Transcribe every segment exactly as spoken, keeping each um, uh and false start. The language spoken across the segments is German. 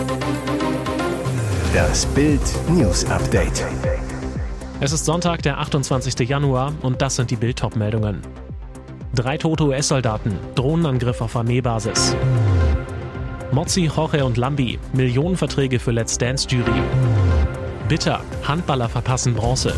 Das Bild News Update. Es ist Sonntag, der achtundzwanzigster Januar, und das sind die Bild-Top-Meldungen. Drei tote U S-Soldaten, Drohnenangriff auf Armeebasis. Mozzi, Jorge und Lambi, Millionenverträge für Let's Dance-Jury. Bitter, Handballer verpassen Bronze.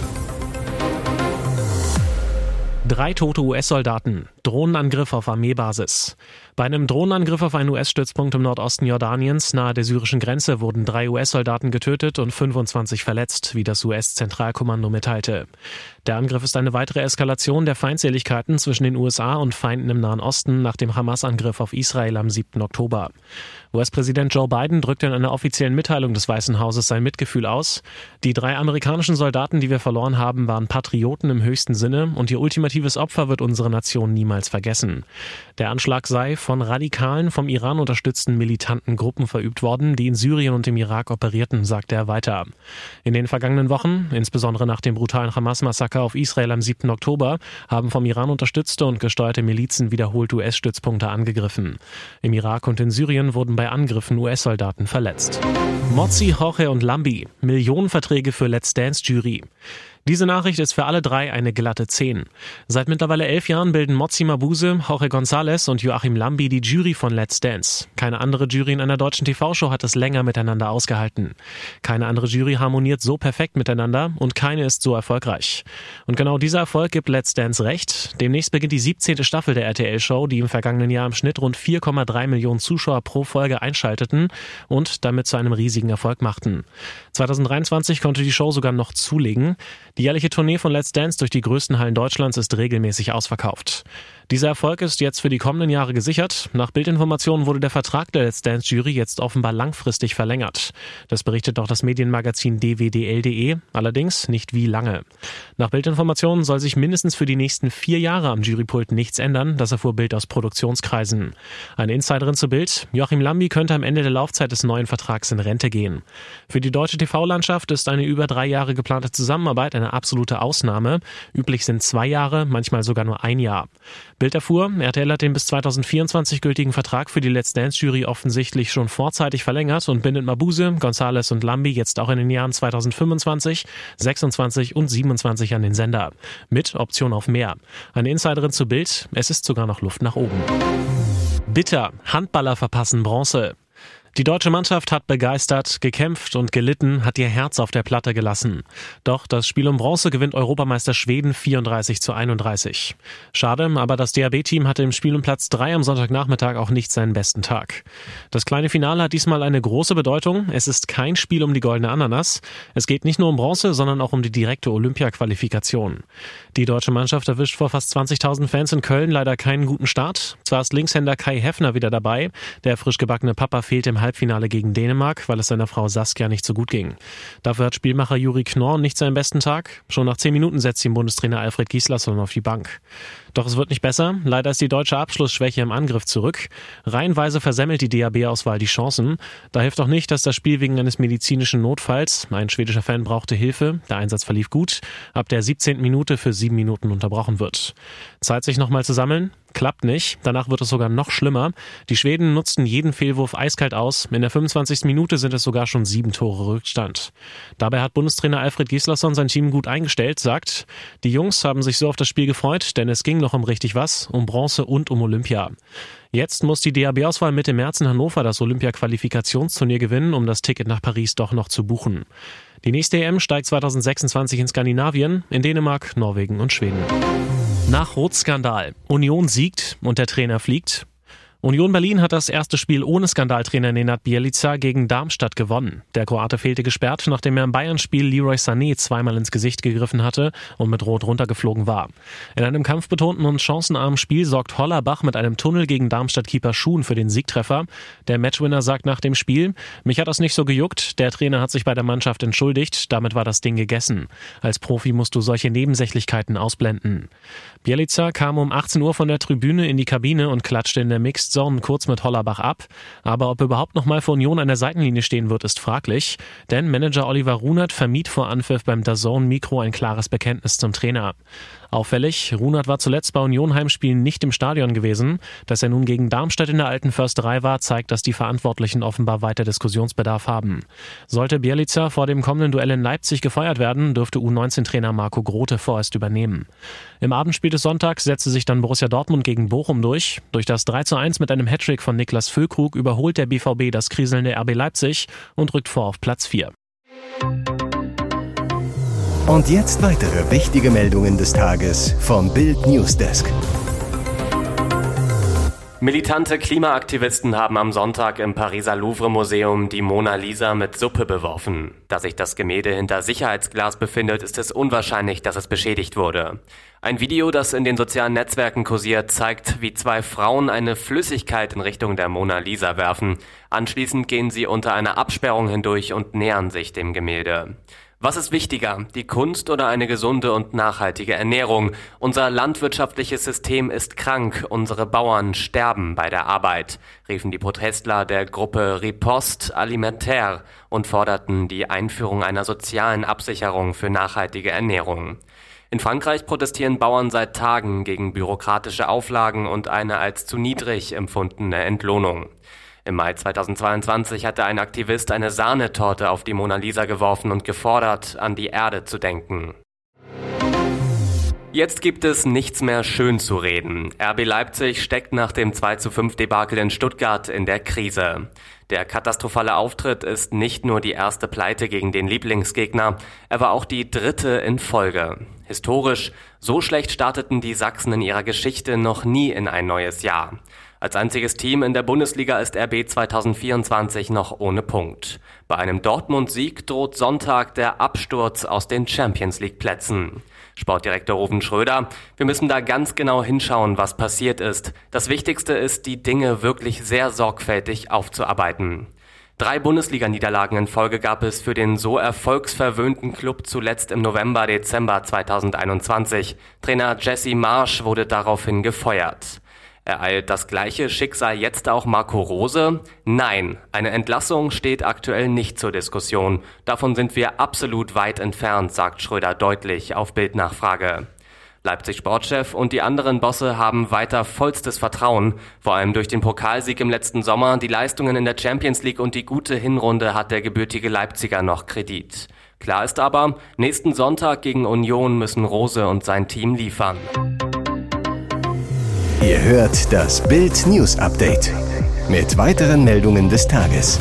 Drei tote U S-Soldaten, Drohnenangriff auf Armeebasis. Bei einem Drohnenangriff auf einen U S-Stützpunkt im Nordosten Jordaniens nahe der syrischen Grenze wurden drei U S-Soldaten getötet und fünfundzwanzig verletzt, wie das U S-Zentralkommando mitteilte. Der Angriff ist eine weitere Eskalation der Feindseligkeiten zwischen den U S A und Feinden im Nahen Osten nach dem Hamas-Angriff auf Israel am siebten Oktober. U S-Präsident Joe Biden drückte in einer offiziellen Mitteilung des Weißen Hauses sein Mitgefühl aus. Die drei amerikanischen Soldaten, die wir verloren haben, waren Patrioten im höchsten Sinne, und ihr ultimatives Opfer wird unsere Nation niemals vergessen. Der Anschlag sei von radikalen, vom Iran unterstützten militanten Gruppen verübt worden, die in Syrien und im Irak operierten, sagte er weiter. In den vergangenen Wochen, insbesondere nach dem brutalen Hamas-Massaker auf Israel am siebten Oktober, haben vom Iran unterstützte und gesteuerte Milizen wiederholt U S-Stützpunkte angegriffen. Im Irak und in Syrien wurden bei Angriffen U S-Soldaten verletzt. Mozzi, Jorge und Lambi, Millionenverträge für Let's Dance-Jury. Diese Nachricht ist für alle drei eine glatte zehn. Seit mittlerweile elf Jahren bilden Mozzi Mabuse, Jorge González und Joachim Lambi die Jury von Let's Dance. Keine andere Jury in einer deutschen T V-Show hat es länger miteinander ausgehalten. Keine andere Jury harmoniert so perfekt miteinander und keine ist so erfolgreich. Und genau dieser Erfolg gibt Let's Dance recht. Demnächst beginnt die siebzehnte Staffel der R T L-Show, die im vergangenen Jahr im Schnitt rund vier Komma drei Millionen Zuschauer pro Folge einschalteten und damit zu einem riesigen Erfolg machten. zweitausenddreiundzwanzig konnte die Show sogar noch zulegen. Die jährliche Tournee von Let's Dance durch die größten Hallen Deutschlands ist regelmäßig ausverkauft. Dieser Erfolg ist jetzt für die kommenden Jahre gesichert. Nach Bildinformationen wurde der Vertrag der Let's Dance Jury jetzt offenbar langfristig verlängert. Das berichtet auch das Medienmagazin d w d l punkt d e, allerdings nicht wie lange. Nach Bildinformationen soll sich mindestens für die nächsten vier Jahre am Jurypult nichts ändern, das erfuhr Bild aus Produktionskreisen. Eine Insiderin zu Bild: Joachim Lambi könnte am Ende der Laufzeit des neuen Vertrags in Rente gehen. Für die deutsche T V-Landschaft ist eine über drei Jahre geplante Zusammenarbeit eine absolute Ausnahme. Üblich sind zwei Jahre, manchmal sogar nur ein Jahr. Bild erfuhr, R T L hat den bis zweitausendvierundzwanzig gültigen Vertrag für die Let's Dance Jury offensichtlich schon vorzeitig verlängert und bindet Mabuse, González und Lambi jetzt auch in den Jahren zweitausendfünfundzwanzig, sechsundzwanzig und siebenundzwanzig an den Sender. Mit Option auf mehr. Eine Insiderin zu Bild: Es ist sogar noch Luft nach oben. Bitter, Handballer verpassen Bronze. Die deutsche Mannschaft hat begeistert, gekämpft und gelitten, hat ihr Herz auf der Platte gelassen. Doch das Spiel um Bronze gewinnt Europameister Schweden vierunddreißig zu einunddreißig. Schade, aber das D H B-Team hatte im Spiel um Platz drei am Sonntagnachmittag auch nicht seinen besten Tag. Das kleine Finale hat diesmal eine große Bedeutung. Es ist kein Spiel um die goldene Ananas. Es geht nicht nur um Bronze, sondern auch um die direkte Olympia-Qualifikation. Die deutsche Mannschaft erwischt vor fast zwanzigtausend Fans in Köln leider keinen guten Start. Zwar ist Linkshänder Kai Heffner wieder dabei, der frisch gebackene Papa fehlt im Halbfinale gegen Dänemark, weil es seiner Frau Saskia nicht so gut ging. Dafür hat Spielmacher Juri Knorr nicht seinen besten Tag. Schon nach zehn Minuten setzt ihn Bundestrainer Alfred Gislason auf die Bank. Doch es wird nicht besser. Leider ist die deutsche Abschlussschwäche im Angriff zurück. Reihenweise versemmelt die D H B-Auswahl die Chancen. Da hilft auch nicht, dass das Spiel wegen eines medizinischen Notfalls, ein schwedischer Fan brauchte Hilfe, der Einsatz verlief gut, ab der siebzehnten Minute für sieben Minuten unterbrochen wird. Zeit, sich nochmal zu sammeln? Klappt nicht. Danach wird es sogar noch schlimmer. Die Schweden nutzten jeden Fehlwurf eiskalt aus. In der fünfundzwanzigsten Minute sind es sogar schon sieben Tore Rückstand. Dabei hat Bundestrainer Alfred Gislason sein Team gut eingestellt, sagt: Die Jungs haben sich so auf das Spiel gefreut, denn es ging noch um richtig was, um Bronze und um Olympia. Jetzt muss die D H B-Auswahl Mitte März in Hannover das Olympia-Qualifikationsturnier gewinnen, um das Ticket nach Paris doch noch zu buchen. Die nächste E M steigt zweitausendsechsundzwanzig in Skandinavien, in Dänemark, Norwegen und Schweden. Nach Rot-Skandal. Union siegt und der Trainer fliegt. Union Berlin hat das erste Spiel ohne Skandaltrainer Nenad Bjelica gegen Darmstadt gewonnen. Der Kroate fehlte gesperrt, nachdem er im Bayern-Spiel Leroy Sané zweimal ins Gesicht gegriffen hatte und mit Rot runtergeflogen war. In einem kampfbetonten und chancenarmen Spiel sorgt Hollerbach mit einem Tunnel gegen Darmstadt-Keeper Schuhn für den Siegtreffer. Der Matchwinner sagt nach dem Spiel: Mich hat das nicht so gejuckt, der Trainer hat sich bei der Mannschaft entschuldigt, damit war das Ding gegessen. Als Profi musst du solche Nebensächlichkeiten ausblenden. Bjelica kam um achtzehn Uhr von der Tribüne in die Kabine und klatschte in der Mixed Zone kurz mit Hollerbach ab. Aber ob er überhaupt noch mal für Union an der Seitenlinie stehen wird, ist fraglich. Denn Manager Oliver Runert vermied vor Anpfiff beim D A Z N-Mikro ein klares Bekenntnis zum Trainer. Auffällig, Runert war zuletzt bei Union-Heimspielen nicht im Stadion gewesen. Dass er nun gegen Darmstadt in der alten Försterei war, zeigt, dass die Verantwortlichen offenbar weiter Diskussionsbedarf haben. Sollte Bjelica vor dem kommenden Duell in Leipzig gefeuert werden, dürfte U neunzehn Trainer Marco Grote vorerst übernehmen. Im Abendspiel des Sonntags setzte sich dann Borussia Dortmund gegen Bochum durch. Durch das drei zu eins mit einem Hattrick von Niklas Füllkrug überholt der B V B das kriselnde R B Leipzig und rückt vor auf Platz vier. Und jetzt weitere wichtige Meldungen des Tages vom Bild Newsdesk. Militante Klimaaktivisten haben am Sonntag im Pariser Louvre-Museum die Mona Lisa mit Suppe beworfen. Da sich das Gemälde hinter Sicherheitsglas befindet, ist es unwahrscheinlich, dass es beschädigt wurde. Ein Video, das in den sozialen Netzwerken kursiert, zeigt, wie zwei Frauen eine Flüssigkeit in Richtung der Mona Lisa werfen. Anschließend gehen sie unter einer Absperrung hindurch und nähern sich dem Gemälde. Was ist wichtiger, die Kunst oder eine gesunde und nachhaltige Ernährung? Unser landwirtschaftliches System ist krank, unsere Bauern sterben bei der Arbeit, riefen die Protestler der Gruppe Riposte Alimentaire und forderten die Einführung einer sozialen Absicherung für nachhaltige Ernährung. In Frankreich protestieren Bauern seit Tagen gegen bürokratische Auflagen und eine als zu niedrig empfundene Entlohnung. Im Mai zweitausendzweiundzwanzig hatte ein Aktivist eine Sahnetorte auf die Mona Lisa geworfen und gefordert, an die Erde zu denken. Jetzt gibt es nichts mehr schön zu reden. R B Leipzig steckt nach dem zwei zu fünf Debakel in Stuttgart in der Krise. Der katastrophale Auftritt ist nicht nur die erste Pleite gegen den Lieblingsgegner, er war auch die dritte in Folge. Historisch, so schlecht starteten die Sachsen in ihrer Geschichte noch nie in ein neues Jahr. Als einziges Team in der Bundesliga ist R B zweitausendvierundzwanzig noch ohne Punkt. Bei einem Dortmund-Sieg droht Sonntag der Absturz aus den Champions-League-Plätzen. Sportdirektor Ruven Schröder: Wir müssen da ganz genau hinschauen, was passiert ist. Das Wichtigste ist, die Dinge wirklich sehr sorgfältig aufzuarbeiten. Drei Bundesliga-Niederlagen in Folge gab es für den so erfolgsverwöhnten Club zuletzt im November, Dezember zweitausendeinundzwanzig. Trainer Jesse Marsch wurde daraufhin gefeuert. Ereilt das gleiche Schicksal jetzt auch Marco Rose? Nein, eine Entlassung steht aktuell nicht zur Diskussion. Davon sind wir absolut weit entfernt, sagt Schröder deutlich auf Bildnachfrage. Leipzig-Sportchef und die anderen Bosse haben weiter vollstes Vertrauen. Vor allem durch den Pokalsieg im letzten Sommer, die Leistungen in der Champions League und die gute Hinrunde hat der gebürtige Leipziger noch Kredit. Klar ist aber, nächsten Sonntag gegen Union müssen Rose und sein Team liefern. Ihr hört das Bild News Update mit weiteren Meldungen des Tages.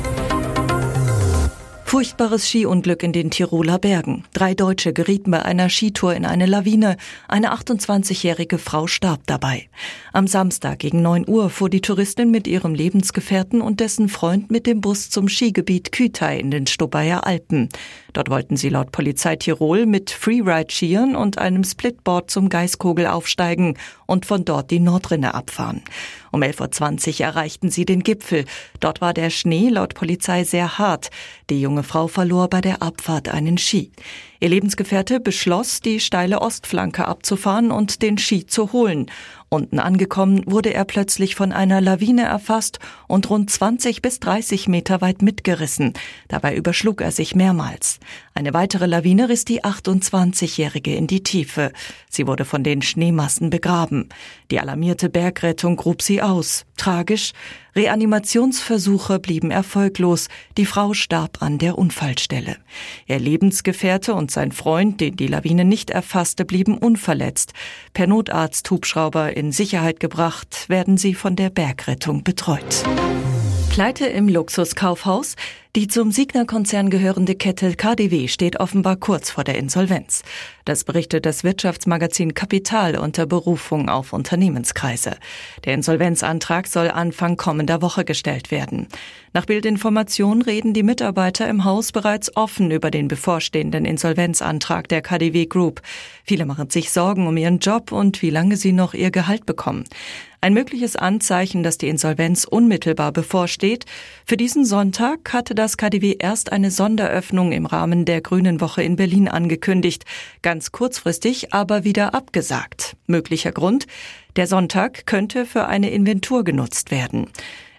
Furchtbares Skiunglück in den Tiroler Bergen. Drei Deutsche gerieten bei einer Skitour in eine Lawine. Eine achtundzwanzigjährige Frau starb dabei. Am Samstag gegen neun Uhr fuhr die Touristin mit ihrem Lebensgefährten und dessen Freund mit dem Bus zum Skigebiet Kütai in den Stubaier Alpen. Dort wollten sie laut Polizei Tirol mit Freeride-Skiern und einem Splitboard zum Geißkogel aufsteigen und von dort die Nordrinne abfahren. Um elf Uhr zwanzig erreichten sie den Gipfel. Dort war der Schnee laut Polizei sehr hart. Die junge Frau verlor bei der Abfahrt einen Ski. Ihr Lebensgefährte beschloss, die steile Ostflanke abzufahren und den Ski zu holen. Unten angekommen wurde er plötzlich von einer Lawine erfasst und rund zwanzig bis dreißig Meter weit mitgerissen. Dabei überschlug er sich mehrmals. Eine weitere Lawine riss die achtundzwanzigjährige in die Tiefe. Sie wurde von den Schneemassen begraben. Die alarmierte Bergrettung grub sie aus. Tragisch: Reanimationsversuche blieben erfolglos. Die Frau starb an der Unfallstelle. Ihr Lebensgefährte und sein Freund, den die Lawine nicht erfasste, blieben unverletzt. Per Notarzt-Hubschrauber in Sicherheit gebracht, werden sie von der Bergrettung betreut. Pleite im Luxuskaufhaus. Die zum Signa-Konzern gehörende Kette K D W steht offenbar kurz vor der Insolvenz. Das berichtet das Wirtschaftsmagazin Kapital unter Berufung auf Unternehmenskreise. Der Insolvenzantrag soll Anfang kommender Woche gestellt werden. Nach Bildinformation reden die Mitarbeiter im Haus bereits offen über den bevorstehenden Insolvenzantrag der K D W Group. Viele machen sich Sorgen um ihren Job und wie lange sie noch ihr Gehalt bekommen. Ein mögliches Anzeichen, dass die Insolvenz unmittelbar bevorsteht. Für diesen Sonntag hatte das K D W erst eine Sonderöffnung im Rahmen der Grünen Woche in Berlin angekündigt. Ganz kurzfristig aber wieder abgesagt. Möglicher Grund: Der Sonntag könnte für eine Inventur genutzt werden.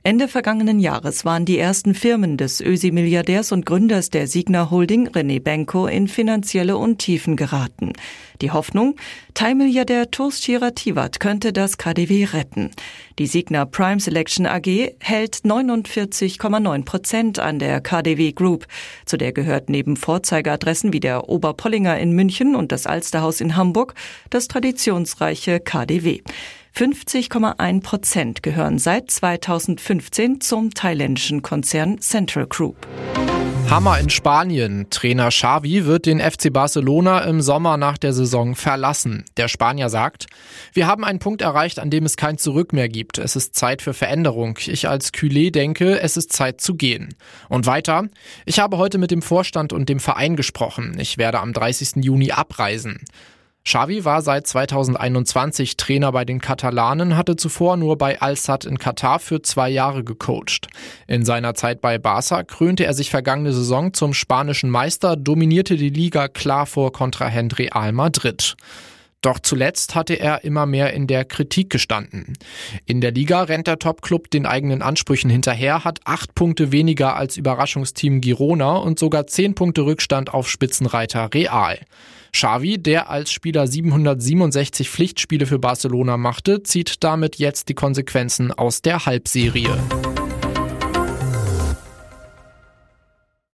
Ende vergangenen Jahres waren die ersten Firmen des Ösi-Milliardärs und Gründers der Signa Holding, René Benko, in finanzielle Untiefen geraten. Die Hoffnung? Thai-Milliardär Thus Chirathivat könnte das K D W retten. Die Signa Prime Selection A G hält neunundvierzig Komma neun Prozent an der K D W Group. Zu der gehört neben Vorzeigeadressen wie der Oberpollinger in München und das Alsterhaus in Hamburg das traditionsreiche K D W. fünfzig Komma eins Prozent gehören seit zweitausendfünfzehn zum thailändischen Konzern Central Group. Hammer in Spanien. Trainer Xavi wird den F C Barcelona im Sommer nach der Saison verlassen. Der Spanier sagt: Wir haben einen Punkt erreicht, an dem es kein Zurück mehr gibt. Es ist Zeit für Veränderung. Ich als Culé denke, es ist Zeit zu gehen. Und weiter: Ich habe heute mit dem Vorstand und dem Verein gesprochen. Ich werde am dreißigsten Juni abreisen. Xavi war seit zweitausendeinundzwanzig Trainer bei den Katalanen, hatte zuvor nur bei Al-Sadd in Katar für zwei Jahre gecoacht. In seiner Zeit bei Barca krönte er sich vergangene Saison zum spanischen Meister, dominierte die Liga klar vor Kontrahent Real Madrid. Doch zuletzt hatte er immer mehr in der Kritik gestanden. In der Liga rennt der Top-Club den eigenen Ansprüchen hinterher, hat acht Punkte weniger als Überraschungsteam Girona und sogar zehn Punkte Rückstand auf Spitzenreiter Real. Xavi, der als Spieler siebenhundertsiebenundsechzig Pflichtspiele für Barcelona machte, zieht damit jetzt die Konsequenzen aus der Halbserie.